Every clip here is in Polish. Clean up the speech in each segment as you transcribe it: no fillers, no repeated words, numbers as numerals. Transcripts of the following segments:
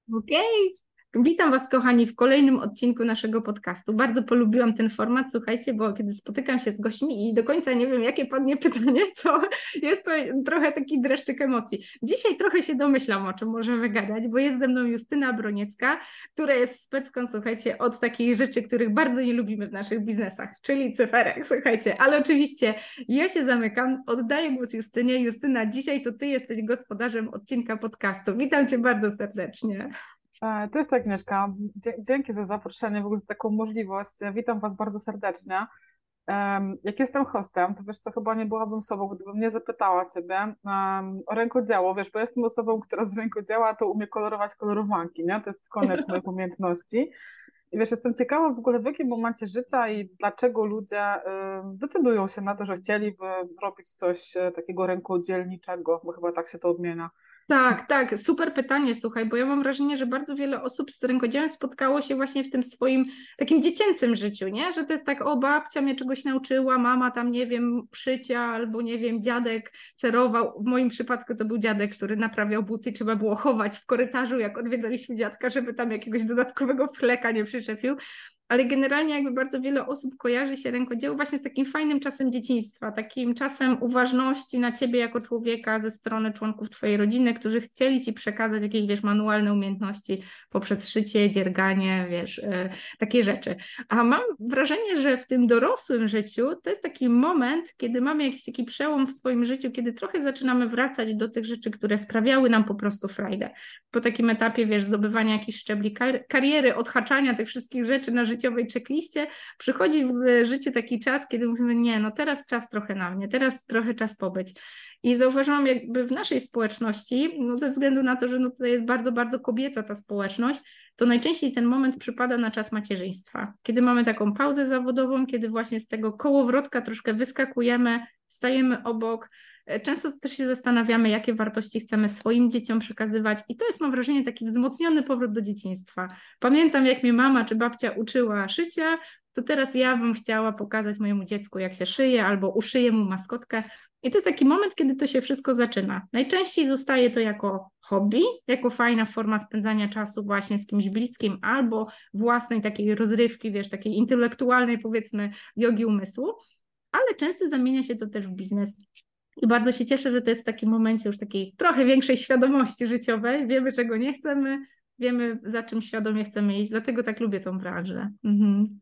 Okej. Witam Was, kochani, w kolejnym odcinku naszego podcastu. Bardzo polubiłam ten format, słuchajcie, bo kiedy spotykam się z gośćmi i do końca nie wiem, jakie padnie pytanie, to jest to trochę taki dreszczyk emocji. Dzisiaj trochę się domyślam, o czym możemy gadać, bo jest ze mną Justyna Broniecka, która jest specką, słuchajcie, od takich rzeczy, których bardzo nie lubimy w naszych biznesach, czyli cyferek, słuchajcie. Ale oczywiście ja się zamykam, oddaję głos Justynie. Justyna, dzisiaj to Ty jesteś gospodarzem odcinka podcastu. Witam Cię bardzo serdecznie. To jest Agnieszka. Dzięki za zaproszenie, w ogóle za taką możliwość. Witam Was bardzo serdecznie. Jak jestem hostem, to wiesz co, chyba nie byłabym sobą, gdybym nie zapytała Ciebie o rękodzieło, wiesz, bo jestem osobą, która z rękodzieła to umie kolorować kolorowanki, nie? To jest koniec moich umiejętności. I wiesz, jestem ciekawa w ogóle w jakim momencie życia i dlaczego ludzie decydują się na to, że chcieliby robić coś takiego rękodzielniczego, bo chyba tak się to odmienia. Tak, tak, super pytanie, słuchaj, bo ja mam wrażenie, że bardzo wiele osób z rękodziełem spotkało się właśnie w tym swoim takim dziecięcym życiu, nie? Że to jest tak, o babcia mnie czegoś nauczyła, mama tam, nie wiem, szycia, albo nie wiem, dziadek cerował. W moim przypadku to był dziadek, który naprawiał buty, trzeba było chować w korytarzu, jak odwiedzaliśmy dziadka, żeby tam jakiegoś dodatkowego fleka nie przyczepił. Ale generalnie jakby bardzo wiele osób kojarzy się rękodzieło właśnie z takim fajnym czasem dzieciństwa, takim czasem uważności na ciebie jako człowieka ze strony członków twojej rodziny, którzy chcieli ci przekazać jakieś, wiesz, manualne umiejętności poprzez szycie, dzierganie, wiesz, takie rzeczy. A mam wrażenie, że w tym dorosłym życiu to jest taki moment, kiedy mamy jakiś taki przełom w swoim życiu, kiedy trochę zaczynamy wracać do tych rzeczy, które sprawiały nam po prostu frajdę. Po takim etapie, wiesz, zdobywania jakichś szczebli kariery, odhaczania tych wszystkich rzeczy na życiowej checkliście, przychodzi w życiu taki czas, kiedy mówimy, nie, no teraz czas trochę na mnie, teraz trochę czas pobyć. I zauważyłam jakby w naszej społeczności, no ze względu na to, że no tutaj jest bardzo, bardzo kobieca ta społeczność, to najczęściej ten moment przypada na czas macierzyństwa, kiedy mamy taką pauzę zawodową, kiedy właśnie z tego kołowrotka troszkę wyskakujemy, stajemy obok. Często też się zastanawiamy, jakie wartości chcemy swoim dzieciom przekazywać i to jest, mam wrażenie, taki wzmocniony powrót do dzieciństwa. Pamiętam, jak mnie mama czy babcia uczyła szycia, to teraz ja bym chciała pokazać mojemu dziecku, jak się szyje, albo uszyję mu maskotkę. I to jest taki moment, kiedy to się wszystko zaczyna. Najczęściej zostaje to jako hobby, jako fajna forma spędzania czasu właśnie z kimś bliskim, albo własnej takiej rozrywki, wiesz, takiej intelektualnej, powiedzmy, jogi umysłu, ale często zamienia się to też w biznes. I bardzo się cieszę, że to jest w takim momencie już takiej trochę większej świadomości życiowej. Wiemy, czego nie chcemy, wiemy, za czym świadomie chcemy iść, dlatego tak lubię tą branżę. Mhm.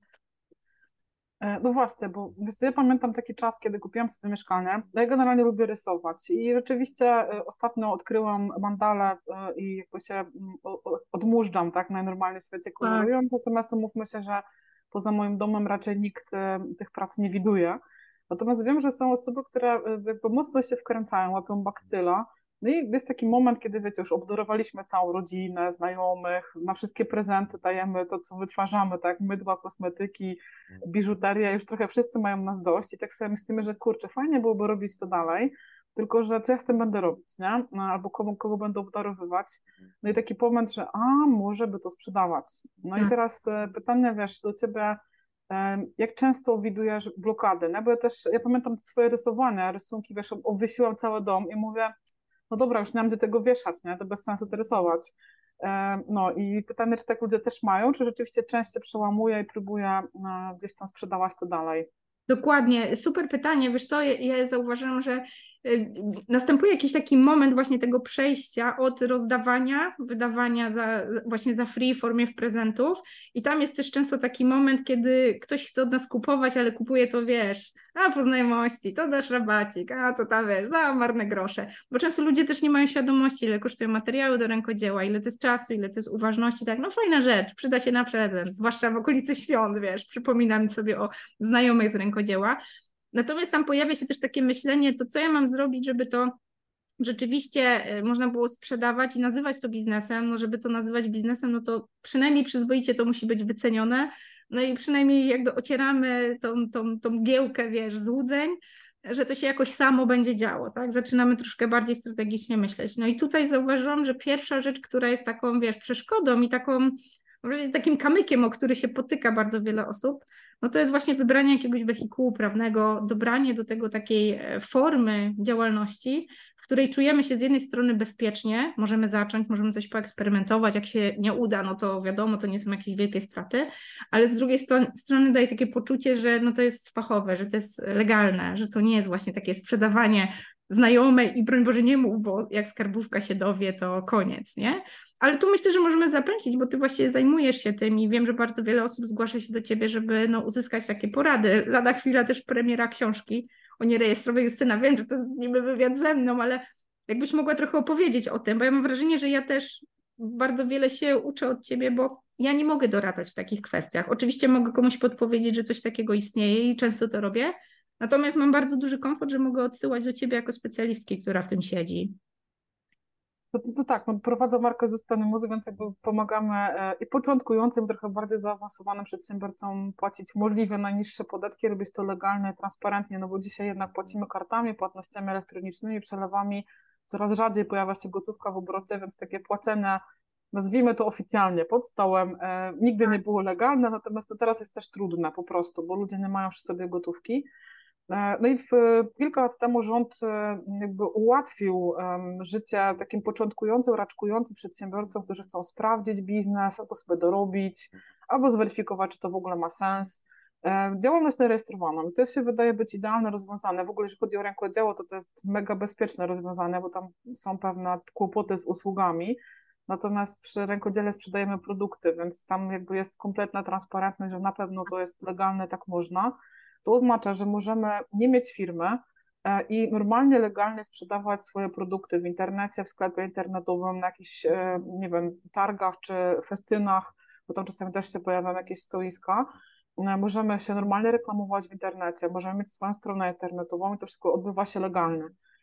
No właśnie, bo wiesz co, ja pamiętam taki czas, kiedy kupiłam sobie mieszkanie. Ja generalnie lubię rysować i rzeczywiście ostatnio odkryłam mandalę i jakby się odmurzam, tak, najnormalniej w świecie Tak. kolorując, natomiast umówmy się, że poza moim domem raczej nikt tych prac nie widuje. Natomiast wiem, że są osoby, które jakby mocno się wkręcają, łapią bakcyla. No i jest taki moment, kiedy wiecie, już obdarowaliśmy całą rodzinę, znajomych, na wszystkie prezenty dajemy to, co wytwarzamy, tak, mydła, kosmetyki, biżuteria, już trochę wszyscy mają nas dość i tak sobie myślimy, że kurczę, fajnie byłoby robić to dalej, tylko że co ja z tym będę robić, nie? No, albo kogo będę obdarowywać. No i taki moment, że może by to sprzedawać. No i Tak. teraz pytanie, wiesz, do ciebie, jak często widujesz blokady, no bo ja pamiętam swoje rysowania, rysunki, wiesz, obwiesiłam cały dom i mówię, no dobra, już nie mam gdzie tego wieszać, nie? To bez sensu to rysować. No i pytanie, czy tak ludzie też mają, czy rzeczywiście część się przełamuje i próbuje gdzieś tam sprzedawać to dalej. Dokładnie, super pytanie. Wiesz co, ja zauważyłam, że następuje jakiś taki moment właśnie tego przejścia od rozdawania, wydawania właśnie za free w formie w prezentów i tam jest też często taki moment, kiedy ktoś chce od nas kupować, ale kupuje to, wiesz, po znajomości, to dasz rabacik, to tam, wiesz, za marne grosze, bo często ludzie też nie mają świadomości, ile kosztują materiały do rękodzieła, ile to jest czasu, ile to jest uważności, tak, no fajna rzecz, przyda się na prezent, zwłaszcza w okolicy świąt, wiesz, przypominam sobie o znajomych z rękodzieła. Natomiast tam pojawia się też takie myślenie, to co ja mam zrobić, żeby to rzeczywiście można było sprzedawać i nazywać to biznesem, no żeby to nazywać biznesem, no to przynajmniej przyzwoicie to musi być wycenione, no i przynajmniej jakby ocieramy tą mgiełkę, wiesz, złudzeń, że to się jakoś samo będzie działo, tak? Zaczynamy troszkę bardziej strategicznie myśleć. No i tutaj zauważyłam, że pierwsza rzecz, która jest taką, wiesz, przeszkodą i takim kamykiem, o który się potyka bardzo wiele osób, no to jest właśnie wybranie jakiegoś wehikułu prawnego, dobranie do tego takiej formy działalności, w której czujemy się z jednej strony bezpiecznie, możemy zacząć, możemy coś poeksperymentować, jak się nie uda, no to wiadomo, to nie są jakieś wielkie straty, ale z drugiej strony daje takie poczucie, że no to jest fachowe, że to jest legalne, że to nie jest właśnie takie sprzedawanie znajomej i broń Boże nie mów, bo jak skarbówka się dowie, to koniec, nie? Ale tu myślę, że możemy zapręcić, bo ty właśnie zajmujesz się tym i wiem, że bardzo wiele osób zgłasza się do ciebie, żeby no, uzyskać takie porady. Lada chwila też premiera książki o nierejestrowej. Justyna, wiem, że to jest niby wywiad ze mną, ale jakbyś mogła trochę opowiedzieć o tym, bo ja mam wrażenie, że ja też bardzo wiele się uczę od ciebie, bo ja nie mogę doradzać w takich kwestiach. Oczywiście mogę komuś podpowiedzieć, że coś takiego istnieje i często to robię, natomiast mam bardzo duży komfort, że mogę odsyłać do ciebie jako specjalistki, która w tym siedzi. To tak, no, prowadzę markę Zostany Muzy, więc jakby pomagamy i początkującym, trochę bardziej zaawansowanym przedsiębiorcom płacić możliwie najniższe podatki, robić to legalnie, transparentnie, no bo dzisiaj jednak płacimy kartami, płatnościami elektronicznymi, przelewami, coraz rzadziej pojawia się gotówka w obrocie, więc takie płacenie, nazwijmy to oficjalnie, pod stołem, nigdy nie było legalne, natomiast to teraz jest też trudne po prostu, bo ludzie nie mają przy sobie gotówki. No i kilka lat temu rząd jakby ułatwił życie takim początkującym, raczkującym przedsiębiorcom, którzy chcą sprawdzić biznes, albo sobie dorobić, albo zweryfikować, czy to w ogóle ma sens. Działalność zarejestrowaną. I to się wydaje być idealne rozwiązanie. W ogóle jeśli chodzi o rękodzieło, to jest mega bezpieczne rozwiązanie, bo tam są pewne kłopoty z usługami. Natomiast przy rękodziele sprzedajemy produkty, więc tam jakby jest kompletna transparentność, że na pewno to jest legalne, tak można. To oznacza, że możemy nie mieć firmy i normalnie, legalnie sprzedawać swoje produkty w internecie, w sklepie internetowym, na jakichś, nie wiem, targach czy festynach, bo tam czasami też się pojawiają jakieś stoiska. Możemy się normalnie reklamować w internecie, możemy mieć swoją stronę internetową i to wszystko odbywa się legalnie.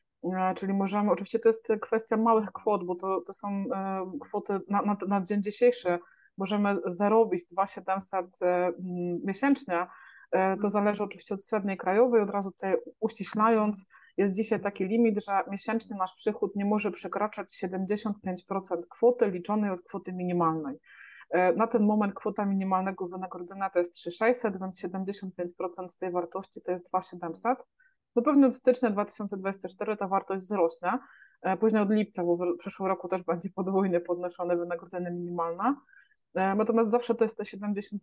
Czyli możemy, oczywiście to jest kwestia małych kwot, bo to są kwoty na dzień dzisiejszy. Możemy zarobić 2700 miesięcznie. To zależy oczywiście od średniej krajowej, od razu tutaj uściślając, jest dzisiaj taki limit, że miesięcznie nasz przychód nie może przekraczać 75% kwoty liczonej od kwoty minimalnej. Na ten moment kwota minimalnego wynagrodzenia to jest 3600, więc 75% z tej wartości to jest 2700. No pewnie od stycznia 2024 ta wartość wzrośnie, później od lipca, bo w przyszłym roku też będzie podwójnie podnoszone wynagrodzenie minimalne. Natomiast zawsze to jest te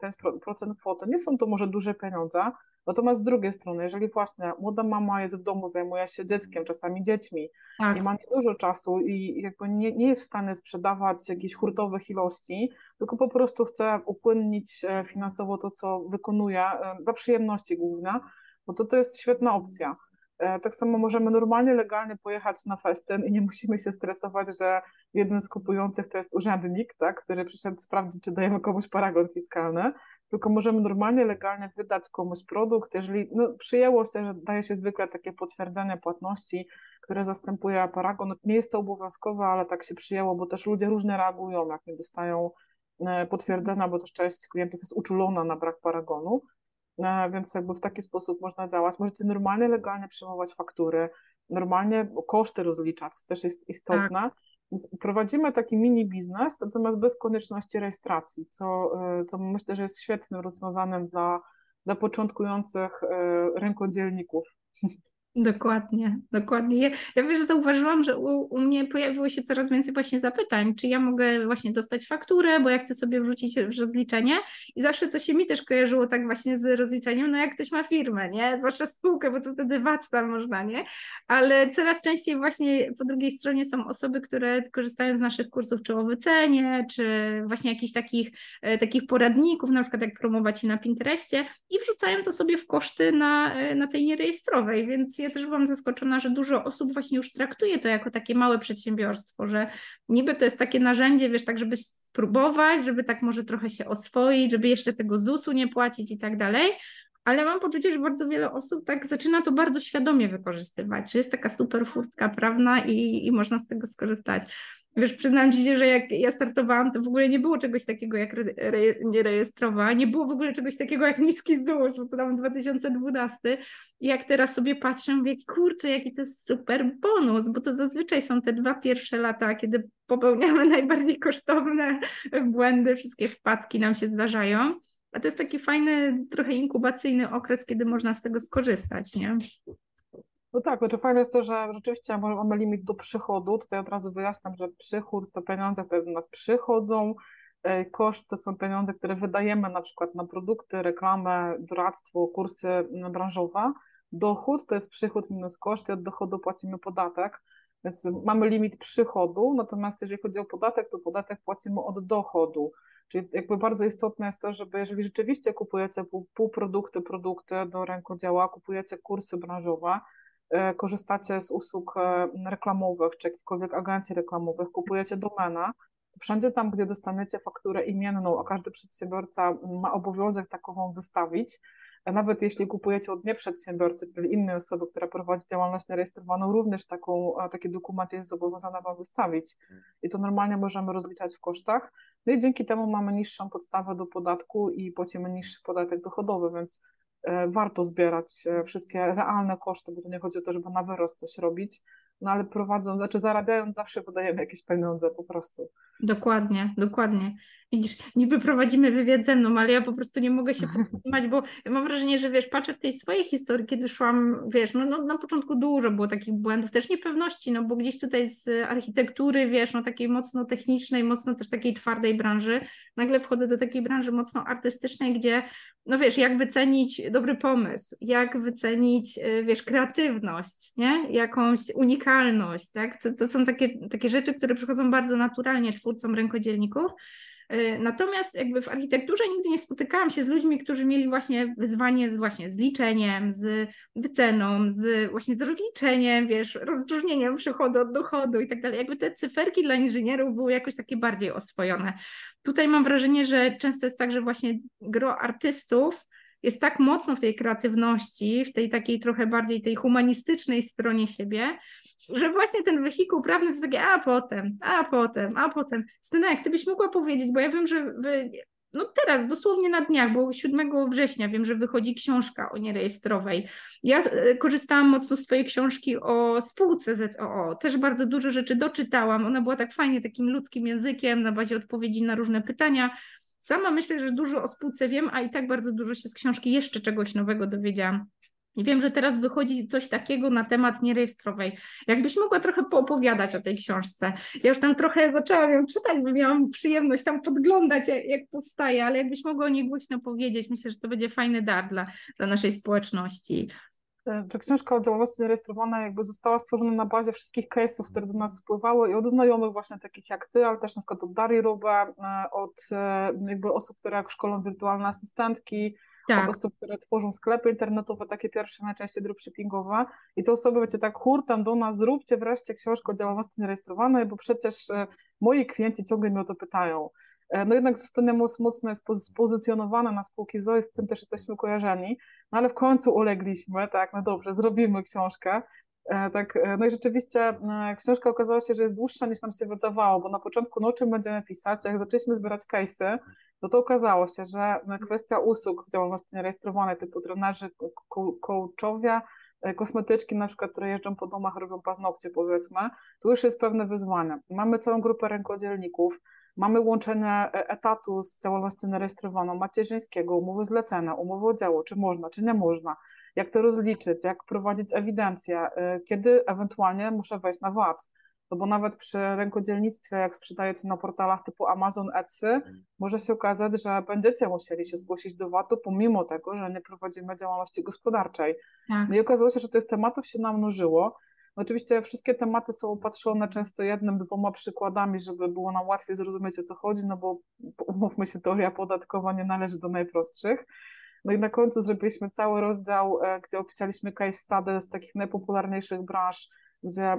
75% kwoty. Nie są to może duże pieniądze, natomiast z drugiej strony, jeżeli właśnie młoda mama jest w domu, zajmuje się dzieckiem, czasami dziećmi Tak. i ma niedużo czasu i jakby nie jest w stanie sprzedawać jakichś hurtowych ilości, tylko po prostu chce upłynnić finansowo to, co wykonuje, dla przyjemności głównie, bo to jest świetna opcja. Tak samo możemy normalnie, legalnie pojechać na festyn i nie musimy się stresować, że jeden z kupujących to jest urzędnik, tak, który przyszedł sprawdzić, czy dajemy komuś paragon fiskalny, tylko możemy normalnie, legalnie wydać komuś produkt, jeżeli przyjęło się, że daje się zwykle takie potwierdzenie płatności, które zastępuje paragon. Nie jest to obowiązkowe, ale tak się przyjęło, bo też ludzie różnie reagują, jak nie dostają potwierdzenia, bo też część klientów jest uczulona na brak paragonu. Więc jakby w taki sposób można działać. Możecie normalnie, legalnie przyjmować faktury, normalnie koszty rozliczać, to też jest istotne. Tak. Więc prowadzimy taki mini biznes, natomiast bez konieczności rejestracji, co myślę, że jest świetnym rozwiązaniem dla początkujących rękodzielników. Dokładnie, dokładnie. Ja wiesz, zauważyłam, że u mnie pojawiło się coraz więcej właśnie zapytań, czy ja mogę właśnie dostać fakturę, bo ja chcę sobie wrzucić w rozliczenie i zawsze to się mi też kojarzyło tak właśnie z rozliczeniem, no jak ktoś ma firmę, nie? Zwłaszcza spółkę, bo to wtedy VAT tam można, nie? Ale coraz częściej właśnie po drugiej stronie są osoby, które korzystają z naszych kursów, czy o wycenie, czy właśnie jakichś takich poradników, na przykład jak promować się na Pinterestie i wrzucają to sobie w koszty na tej nierejestrowej, więc ja też byłam zaskoczona, że dużo osób właśnie już traktuje to jako takie małe przedsiębiorstwo, że niby to jest takie narzędzie, wiesz, tak żeby spróbować, żeby tak może trochę się oswoić, żeby jeszcze tego ZUS-u nie płacić i tak dalej, ale mam poczucie, że bardzo wiele osób tak zaczyna to bardzo świadomie wykorzystywać, że jest taka super furtka prawna i można z tego skorzystać. Wiesz, przyznam ci się, że jak ja startowałam, to w ogóle nie było czegoś takiego jak nierejestrowa, nie było w ogóle czegoś takiego jak niski ZUS, bo to tam 2012. I jak teraz sobie patrzę, mówię, kurczę, jaki to jest super bonus, bo to zazwyczaj są te 2 pierwsze lata, kiedy popełniamy najbardziej kosztowne błędy, wszystkie wpadki nam się zdarzają. A to jest taki fajny, trochę inkubacyjny okres, kiedy można z tego skorzystać, nie? No tak, znaczy fajne jest to, że rzeczywiście mamy limit do przychodu. Tutaj od razu wyjaśniam, że przychód to pieniądze, które do nas przychodzą, koszt to są pieniądze, które wydajemy na przykład na produkty, reklamę, doradztwo, kursy branżowe. Dochód to jest przychód minus koszt i od dochodu płacimy podatek, więc mamy limit przychodu, natomiast jeżeli chodzi o podatek, to podatek płacimy od dochodu. Czyli jakby bardzo istotne jest to, żeby jeżeli rzeczywiście kupujecie produkty do rękodzieła, kupujecie kursy branżowe, korzystacie z usług reklamowych czy jakichkolwiek agencji reklamowych, kupujecie domenę, to wszędzie tam, gdzie dostaniecie fakturę imienną, a każdy przedsiębiorca ma obowiązek takową wystawić, nawet jeśli kupujecie od nieprzedsiębiorcy, czyli innej osoby, która prowadzi działalność nierejestrowaną, również taki dokument jest zobowiązana Wam wystawić. I to normalnie możemy rozliczać w kosztach. No i dzięki temu mamy niższą podstawę do podatku i płacimy niższy podatek dochodowy, więc warto zbierać wszystkie realne koszty, bo to nie chodzi o to, żeby na wyrost coś robić, no ale zarabiając zawsze wydajemy jakieś pieniądze po prostu. Dokładnie, dokładnie. Widzisz, niby prowadzimy wywiad ze mną, ale ja po prostu nie mogę się powstrzymać, bo ja mam wrażenie, że wiesz, patrzę w tej swojej historii, kiedy szłam, wiesz, no na początku dużo było takich błędów, też niepewności, no bo gdzieś tutaj z architektury, wiesz, no takiej mocno technicznej, mocno też takiej twardej branży, nagle wchodzę do takiej branży mocno artystycznej, gdzie, no wiesz, jak wycenić dobry pomysł, jak wycenić, wiesz, kreatywność, nie? Jakąś unikalność, tak? To są takie rzeczy, które przychodzą bardzo naturalnie twórcom rękodzielników. Natomiast jakby w architekturze nigdy nie spotykałam się z ludźmi, którzy mieli właśnie wyzwanie z liczeniem, z wyceną, właśnie z rozliczeniem, wiesz, rozróżnieniem przychodu od dochodu i tak dalej. Jakby te cyferki dla inżynierów były jakoś takie bardziej oswojone. Tutaj mam wrażenie, że często jest tak, że właśnie gro artystów jest tak mocno w tej kreatywności, w tej takiej trochę bardziej tej humanistycznej stronie siebie, że właśnie ten wehikuł prawny to jest takie, a potem. Styna, jak ty byś mogła powiedzieć, bo ja wiem, że wy, no teraz, dosłownie na dniach, bo 7 września wiem, że wychodzi książka o nierejestrowej. Ja korzystałam mocno z twojej książki o spółce ZOO, też bardzo dużo rzeczy doczytałam, ona była tak fajnie, takim ludzkim językiem, na bazie odpowiedzi na różne pytania. Sama myślę, że dużo o spółce wiem, a i tak bardzo dużo się z książki jeszcze czegoś nowego dowiedziałam. I wiem, że teraz wychodzi coś takiego na temat nierejestrowej. Jakbyś mogła trochę poopowiadać o tej książce. Ja już tam trochę zaczęłam ją czytać, bo miałam przyjemność tam podglądać, jak powstaje, ale jakbyś mogła o niej głośno powiedzieć, myślę, że to będzie fajny dar dla naszej społeczności. Ta książka o działalności nierejestrowanej jakby została stworzona na bazie wszystkich case'ów, które do nas spływały i od znajomych właśnie takich jak ty, ale też na przykład od Darii Rubę, od jakby osób, które szkolą wirtualne asystentki, od Tak, osób, które tworzą sklepy internetowe, takie pierwsze najczęściej dropshippingowe i te osoby wiecie tak hurtem do nas, zróbcie wreszcie książkę o działalności nierejestrowanej, bo przecież moi klienci ciągle mnie o to pytają. No jednak Zostaniemy mocno jest spozycjonowane na spółki ZOO i z tym też jesteśmy kojarzeni, no ale w końcu ulegliśmy, tak, no dobrze, zrobimy książkę. Tak, no i rzeczywiście książka okazała się, że jest dłuższa niż nam się wydawało, bo na początku, no o czym będziemy pisać, jak zaczęliśmy zbierać case'y, no to okazało się, że kwestia usług w działalności nierejestrowanej, typu trenerzy, coachowie, kosmetyczki na przykład, które jeżdżą po domach, robią paznokcie powiedzmy, to już jest pewne wyzwanie. Mamy całą grupę rękodzielników, mamy łączenie etatu z działalnością nierejestrowaną, macierzyńskiego, umowy zlecenia, umowy o dzieło, czy można, czy nie można, jak to rozliczyć, jak prowadzić ewidencję, kiedy ewentualnie muszę wejść na VAT. No bo nawet przy rękodzielnictwie, jak sprzedajecie na portalach typu Amazon, Etsy, może się okazać, że będziecie musieli się zgłosić do VAT-u, pomimo tego, że nie prowadzimy działalności gospodarczej. tak. No i okazało się, że tych tematów się namnożyło. Oczywiście wszystkie tematy są opatrzone często jednym, dwoma przykładami, żeby było nam łatwiej zrozumieć, o co chodzi, no bo umówmy się, teoria podatkowa nie należy do najprostszych. No i na końcu zrobiliśmy cały rozdział, gdzie opisaliśmy case study z takich najpopularniejszych branż, gdzie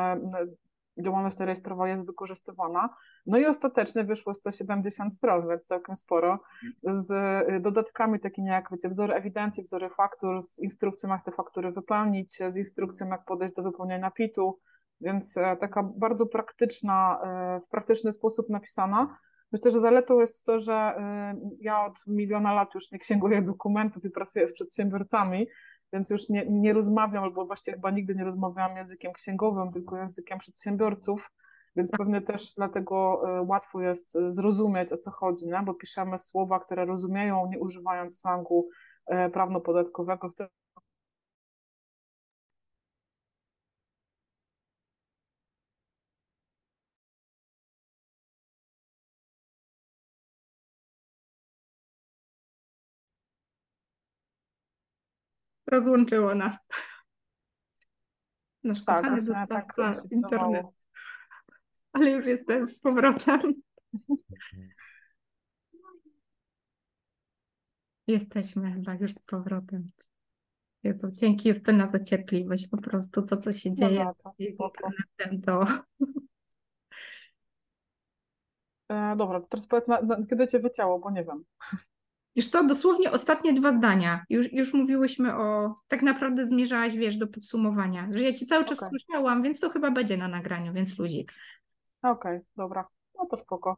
działalność rejestrowa jest wykorzystywana. No i ostatecznie wyszło 170 stron, więc całkiem sporo, z dodatkami takimi jak, wiecie, wzory ewidencji, wzory faktur, z instrukcją, jak te faktury wypełnić, z instrukcją, jak podejść do wypełnienia PIT-u, więc taka bardzo praktyczna, w praktyczny sposób napisana. Myślę, że zaletą jest to, że ja od miliona lat już nie księguję dokumentów i pracuję z przedsiębiorcami, więc już nie rozmawiam, albo właściwie chyba nigdy nie rozmawiałam językiem księgowym, tylko językiem przedsiębiorców, więc pewnie też dlatego łatwo jest zrozumieć, o co chodzi, nie? Bo piszemy słowa, które rozumieją, nie używając slangu prawno-podatkowego, rozłączyło nas. Nasz Tak, kochany właśnie tak mi dostawca się internetu. wydawało. Ale już jestem z powrotem. Jesteśmy chyba już z powrotem. Jezu, dzięki Justyna za cierpliwość. Po prostu to, co się No dzieje za co, z spoko. internetem, to Dobra, to teraz powiedz, kiedy cię wycięło, bo nie wiem. wiesz co, dosłownie ostatnie 2 zdania. Już mówiłyśmy o, tak naprawdę zmierzałaś, wiesz, do podsumowania, że ja cię cały czas Okej, słyszałam, więc to chyba będzie na nagraniu, więc luzik. okej, dobra, no to spoko.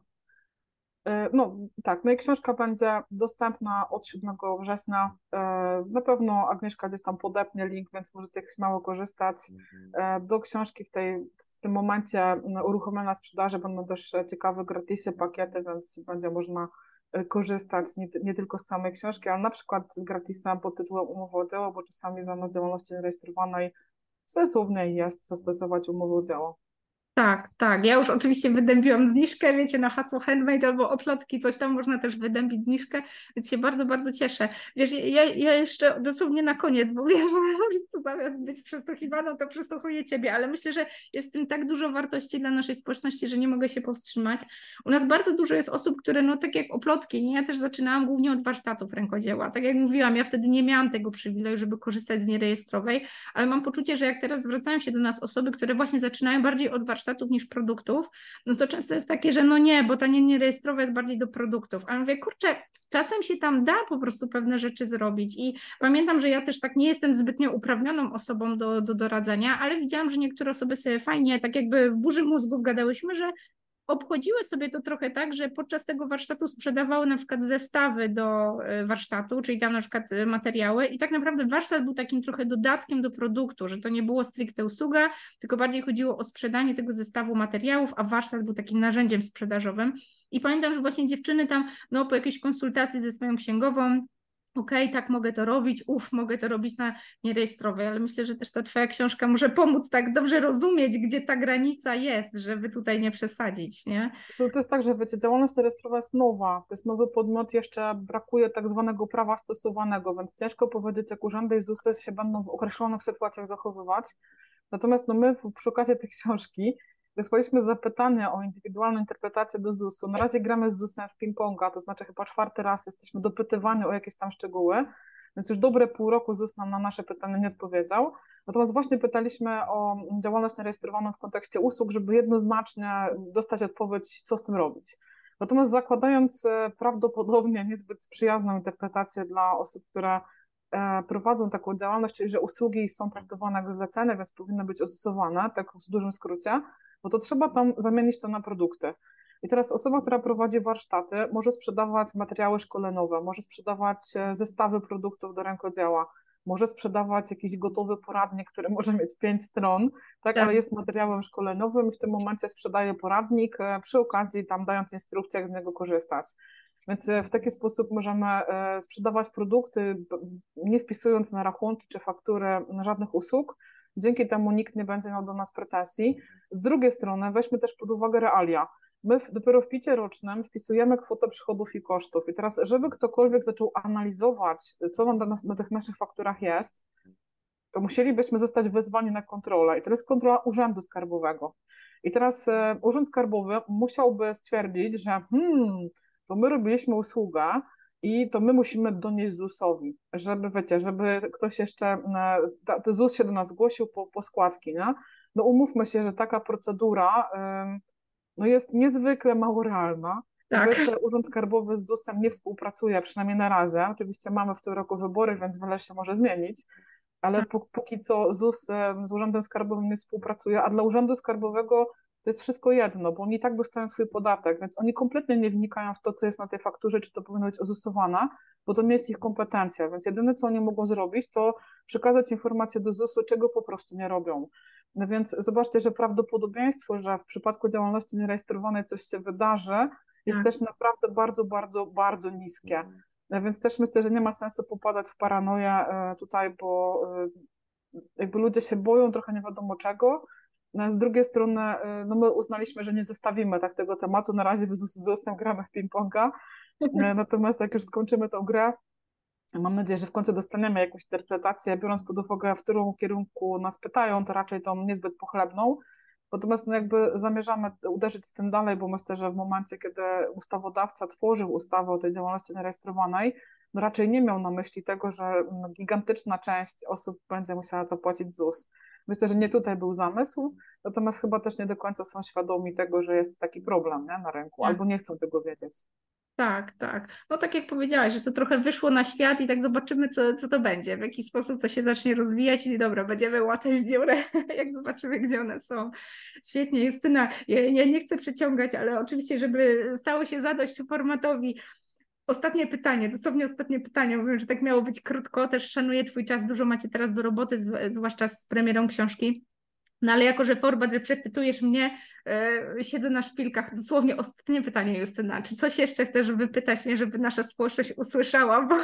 No tak, no i książka będzie dostępna od 7 września. Na pewno Agnieszka gdzieś tam podepnie link, więc możecie śmiało korzystać. Do książki w tym momencie uruchomiona sprzedaży będą też ciekawe gratisy, pakiety, więc będzie można korzystać nie tylko z samej książki, ale na przykład z gratisem pod tytułem umowa o dzieło, bo czasami zamiast działalności nierejestrowanej sensowniej jest zastosować umowę o dzieło. Tak, tak. Ja już oczywiście wydębiłam zniżkę, wiecie, na hasło handmade albo oplotki, coś tam można też wydębić zniżkę, więc się bardzo, bardzo cieszę. Wiesz, ja jeszcze dosłownie na koniec, bo wiem, że po prostu zamiast być przesłuchiwaną, to przesłuchuję ciebie, ale myślę, że jest w tym tak dużo wartości dla naszej społeczności, że nie mogę się powstrzymać. U nas bardzo dużo jest osób, które, no tak jak oplotki, nie? Ja też zaczynałam głównie od warsztatów rękodzieła. Tak jak mówiłam, ja wtedy nie miałam tego przywileju, żeby korzystać z nierejestrowej, ale mam poczucie, że jak teraz zwracają się do nas osoby, które właśnie zaczynają bardziej od warsztatów niż produktów, no to często jest takie, że no nie, bo ta nierejestrowa jest bardziej do produktów. A ja mówię, kurczę, czasem się tam da po prostu pewne rzeczy zrobić i pamiętam, że ja też tak nie jestem zbytnio uprawnioną osobą do doradzania, ale widziałam, że niektóre osoby sobie fajnie, tak jakby w burzy mózgów gadałyśmy, że obchodziły sobie to trochę tak, że podczas tego warsztatu sprzedawały na przykład zestawy do warsztatu, czyli tam na przykład materiały i tak naprawdę warsztat był takim trochę dodatkiem do produktu, że to nie było stricte usługa, tylko bardziej chodziło o sprzedanie tego zestawu materiałów, a warsztat był takim narzędziem sprzedażowym. I pamiętam, że właśnie dziewczyny tam no, po jakiejś konsultacji ze swoją księgową okej, tak mogę to robić, mogę to robić na nierejestrowej, ale myślę, że też ta twoja książka może pomóc tak dobrze rozumieć, gdzie ta granica jest, żeby tutaj nie przesadzić, nie? To jest tak, że wiecie, działalność rejestrowa jest nowa, to jest nowy podmiot, jeszcze brakuje tak zwanego prawa stosowanego, więc ciężko powiedzieć, jak urzędy i ZUS-y się będą w określonych sytuacjach zachowywać. Natomiast no my przy okazji tej książki wysłaliśmy zapytanie o indywidualną interpretację do ZUS-u. Na razie gramy z ZUS-em w ping-ponga, to znaczy chyba 4. raz jesteśmy dopytywani o jakieś tam szczegóły, więc już dobre pół roku ZUS nam na nasze pytanie nie odpowiedział. Natomiast właśnie pytaliśmy o działalność nierejestrowaną w kontekście usług, żeby jednoznacznie dostać odpowiedź, co z tym robić. Natomiast zakładając prawdopodobnie niezbyt przyjazną interpretację dla osób, które prowadzą taką działalność, czyli że usługi są traktowane jak zlecenie, więc powinny być ozusowane, tak w dużym skrócie, no to trzeba tam zamienić to na produkty. I teraz osoba, która prowadzi warsztaty, może sprzedawać materiały szkoleniowe, może sprzedawać zestawy produktów do rękodzieła, może sprzedawać jakiś gotowy poradnik, który może mieć 5 stron, tak, Tak, ale jest materiałem szkoleniowym i w tym momencie sprzedaje poradnik, przy okazji tam dając instrukcję, jak z niego korzystać. Więc w taki sposób możemy sprzedawać produkty, nie wpisując na rachunki czy faktury żadnych usług. Dzięki temu nikt nie będzie miał do nas pretensji. Z drugiej strony weźmy też pod uwagę realia. My dopiero w picie rocznym wpisujemy kwotę przychodów i kosztów. I teraz, żeby ktokolwiek zaczął analizować, co na tych naszych fakturach jest, to musielibyśmy zostać wezwani na kontrolę. I to jest kontrola Urzędu Skarbowego. I teraz Urząd Skarbowy musiałby stwierdzić, że to my robiliśmy usługę i to my musimy donieść ZUS-owi, żeby, wiecie, żeby ktoś jeszcze, ZUS się do nas zgłosił po składki, nie? No umówmy się, że taka procedura no jest niezwykle mało realna. Po tak. pierwsze, Urząd Skarbowy z ZUS-em nie współpracuje, przynajmniej na razie. Oczywiście mamy w tym roku wybory, więc wiele się może zmienić, ale póki co ZUS z Urzędem Skarbowym nie współpracuje, a dla Urzędu Skarbowego to jest wszystko jedno, bo oni i tak dostają swój podatek, więc oni kompletnie nie wnikają w to, co jest na tej fakturze, czy to powinno być ozusowane, bo to nie jest ich kompetencja, więc jedyne, co oni mogą zrobić, to przekazać informację do ZUS-u, czego po prostu nie robią. No więc zobaczcie, że prawdopodobieństwo, że w przypadku działalności nierejestrowanej coś się wydarzy, jest Tak. też naprawdę bardzo, bardzo, bardzo niskie. Więc też myślę, że nie ma sensu popadać w paranoję tutaj, bo jakby ludzie się boją trochę nie wiadomo czego. No, z drugiej strony no my uznaliśmy, że nie zostawimy tak tego tematu. Na razie z ZUS-em gramy w ping-ponga. Natomiast jak już skończymy tą grę, Mam nadzieję, że w końcu dostaniemy jakąś interpretację, biorąc pod uwagę, w którym kierunku nas pytają, to raczej tą niezbyt pochlebną. Natomiast no jakby zamierzamy uderzyć z tym dalej, bo myślę, że w momencie, kiedy ustawodawca tworzył ustawę o tej działalności nierejestrowanej, no raczej nie miał na myśli tego, że gigantyczna część osób będzie musiała zapłacić ZUS. Myślę, że nie tutaj był zamysł, natomiast chyba też nie do końca są świadomi tego, że jest taki problem, nie, na rynku, albo nie chcą tego wiedzieć. Tak, tak. No tak jak powiedziałaś, że to trochę wyszło na świat i tak zobaczymy, co to będzie, w jaki sposób to się zacznie rozwijać i dobra, będziemy łatać dziurę, jak zobaczymy, gdzie one są. Świetnie, Justyna. Ja nie chcę przeciągać, ale oczywiście, żeby stało się zadość formatowi. Ostatnie pytanie, dosłownie ostatnie pytanie. Mówię, że tak miało być krótko. Też szanuję Twój czas, dużo macie teraz do roboty, zwłaszcza z premierą książki. No ale jako, że format, że przepytujesz mnie, siedzę na szpilkach. Dosłownie ostatnie pytanie, Justyna. Czy coś jeszcze chcesz wypytać mnie, żeby nasza społeczność usłyszała? Bo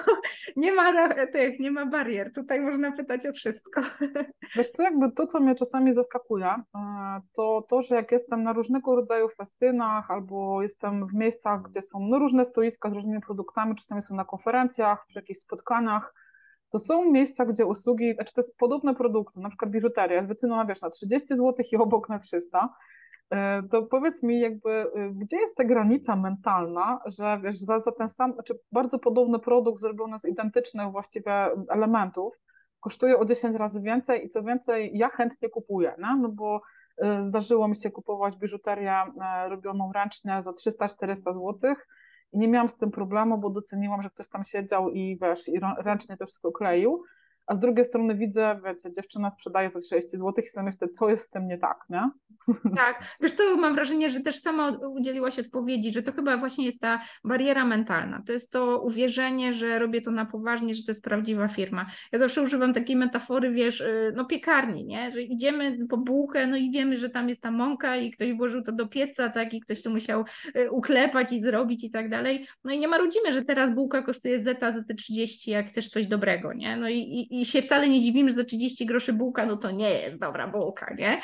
nie ma barier. Tutaj można pytać o wszystko. Wiesz co, jakby to, co mnie czasami zaskakuje, to, że jak jestem na różnego rodzaju festynach albo jestem w miejscach, gdzie są no, różne stoiska z różnymi produktami, czasami są na konferencjach, przy jakichś spotkaniach, to są miejsca, gdzie usługi, znaczy to jest podobne produkty, na przykład biżuteria jest wyceniona, wiesz, na 30 zł i obok na 300, to powiedz mi jakby, gdzie jest ta granica mentalna, że wiesz, za ten sam, znaczy bardzo podobny produkt zrobiony z identycznych właściwie elementów, kosztuje o 10 razy więcej i co więcej, ja chętnie kupuję, nie? No bo zdarzyło mi się kupować biżuterię robioną ręcznie za 300-400 zł i nie miałam z tym problemu, bo doceniłam, że ktoś tam siedział i wiesz, i ręcznie to wszystko kleił, a z drugiej strony widzę, wiecie, dziewczyna sprzedaje za 30 zł i sobie myślę, co jest z tym nie tak, nie? Tak, wiesz co, mam wrażenie, że też sama udzieliłaś odpowiedzi, że to chyba właśnie jest ta bariera mentalna. To jest to uwierzenie, że robię to na poważnie, że to jest prawdziwa firma. Ja zawsze używam takiej metafory, wiesz, no piekarni, nie? Że idziemy po bułkę, no i wiemy, że tam jest ta mąka i ktoś włożył to do pieca, tak? I ktoś to musiał uklepać i zrobić i tak dalej. No i nie marudzimy, że teraz bułka kosztuje zeta, zety 30, jak chcesz coś dobrego, nie? No i się wcale nie dziwimy, że za 30 groszy bułka, no to nie jest dobra bułka, nie?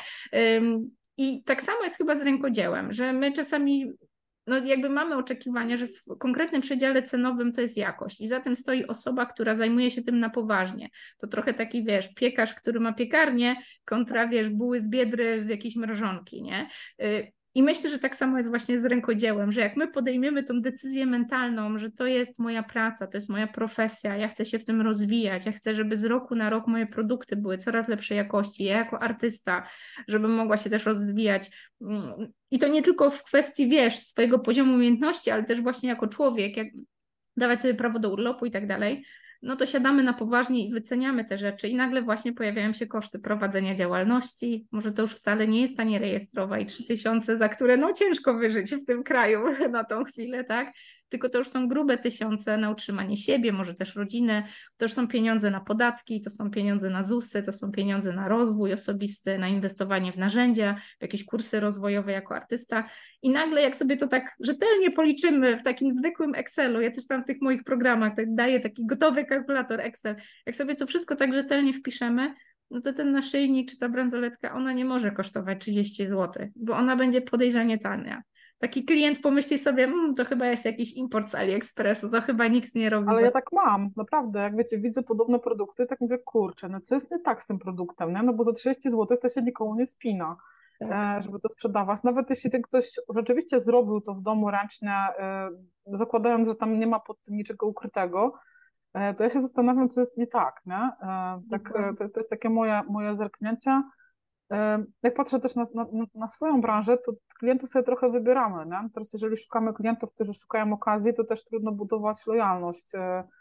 I tak samo jest chyba z rękodziełem, że my czasami no jakby mamy oczekiwania, że w konkretnym przedziale cenowym to jest jakość i za tym stoi osoba, która zajmuje się tym na poważnie. To trochę taki, wiesz, piekarz, który ma piekarnię kontra, wiesz, buły z Biedry z jakiejś mrożonki, nie? I myślę, że tak samo jest właśnie z rękodziełem, że jak my podejmiemy tą decyzję mentalną, że to jest moja praca, to jest moja profesja, ja chcę się w tym rozwijać, ja chcę, żeby z roku na rok moje produkty były coraz lepszej jakości, ja jako artysta, żebym mogła się też rozwijać. I to nie tylko w kwestii, wiesz, swojego poziomu umiejętności, ale też właśnie jako człowiek, jak dawać sobie prawo do urlopu i tak dalej, no to siadamy na poważnie i wyceniamy te rzeczy i nagle właśnie pojawiają się koszty prowadzenia działalności. Może to już wcale nie jest tanie rejestrowa i 3000, za które no ciężko wyżyć w tym kraju na tą chwilę, tak? Tylko to już są grube tysiące na utrzymanie siebie, może też rodziny, to już są pieniądze na podatki, to są pieniądze na ZUS-y, to są pieniądze na rozwój osobisty, na inwestowanie w narzędzia, w jakieś kursy rozwojowe jako artysta. I nagle jak sobie to tak rzetelnie policzymy w takim zwykłym Excelu, ja też tam w tych moich programach tak daję taki gotowy kalkulator Excel, jak sobie to wszystko tak rzetelnie wpiszemy, no to ten naszyjnik czy ta bransoletka, ona nie może kosztować 30 zł, bo ona będzie podejrzanie tania. Taki klient pomyśli sobie, to chyba jest jakiś import z AliExpressu, to chyba nikt nie robi. Ale ja tak mam, naprawdę, jak wiecie, widzę podobne produkty, tak mówię, kurczę, no co jest nie tak z tym produktem, nie? No bo za 30 zł to się nikomu nie spina, Tak. żeby to sprzedawać. Nawet jeśli ten ktoś rzeczywiście zrobił to w domu ręcznie, zakładając, że tam nie ma pod tym niczego ukrytego, to ja się zastanawiam, co jest nie tak, nie? Tak, to jest takie moje zerknięcie. Jak patrzę też na swoją branżę, to klientów sobie trochę wybieramy, nie? Teraz jeżeli szukamy klientów, którzy szukają okazji, to też trudno budować lojalność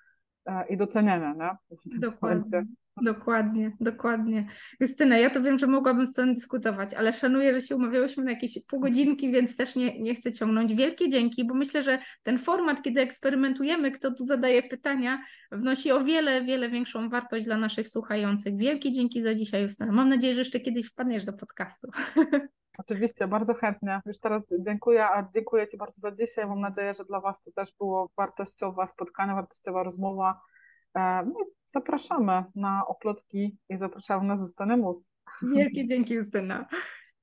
i docenienie, nie? W tym Dokładnie, momencie. dokładnie, dokładnie. Justyna, ja to wiem, że mogłabym z tym dyskutować, ale szanuję, że się umawiałyśmy na jakieś pół godzinki, więc też nie chcę ciągnąć. Wielkie dzięki, bo myślę, że ten format, kiedy eksperymentujemy, kto tu zadaje pytania, wnosi o wiele, wiele większą wartość dla naszych słuchających. Wielkie dzięki za dzisiaj, Justyna. Mam nadzieję, że jeszcze kiedyś wpadniesz do podcastu. Oczywiście, bardzo chętnie. Już teraz dziękuję, a dziękuję Ci bardzo za dzisiaj. Mam nadzieję, że dla Was to też było wartościowe spotkanie, wartościowa rozmowa. No i zapraszamy na oplotki i zapraszamy na Zostanę Mus. Wielkie dzięki, Justyna.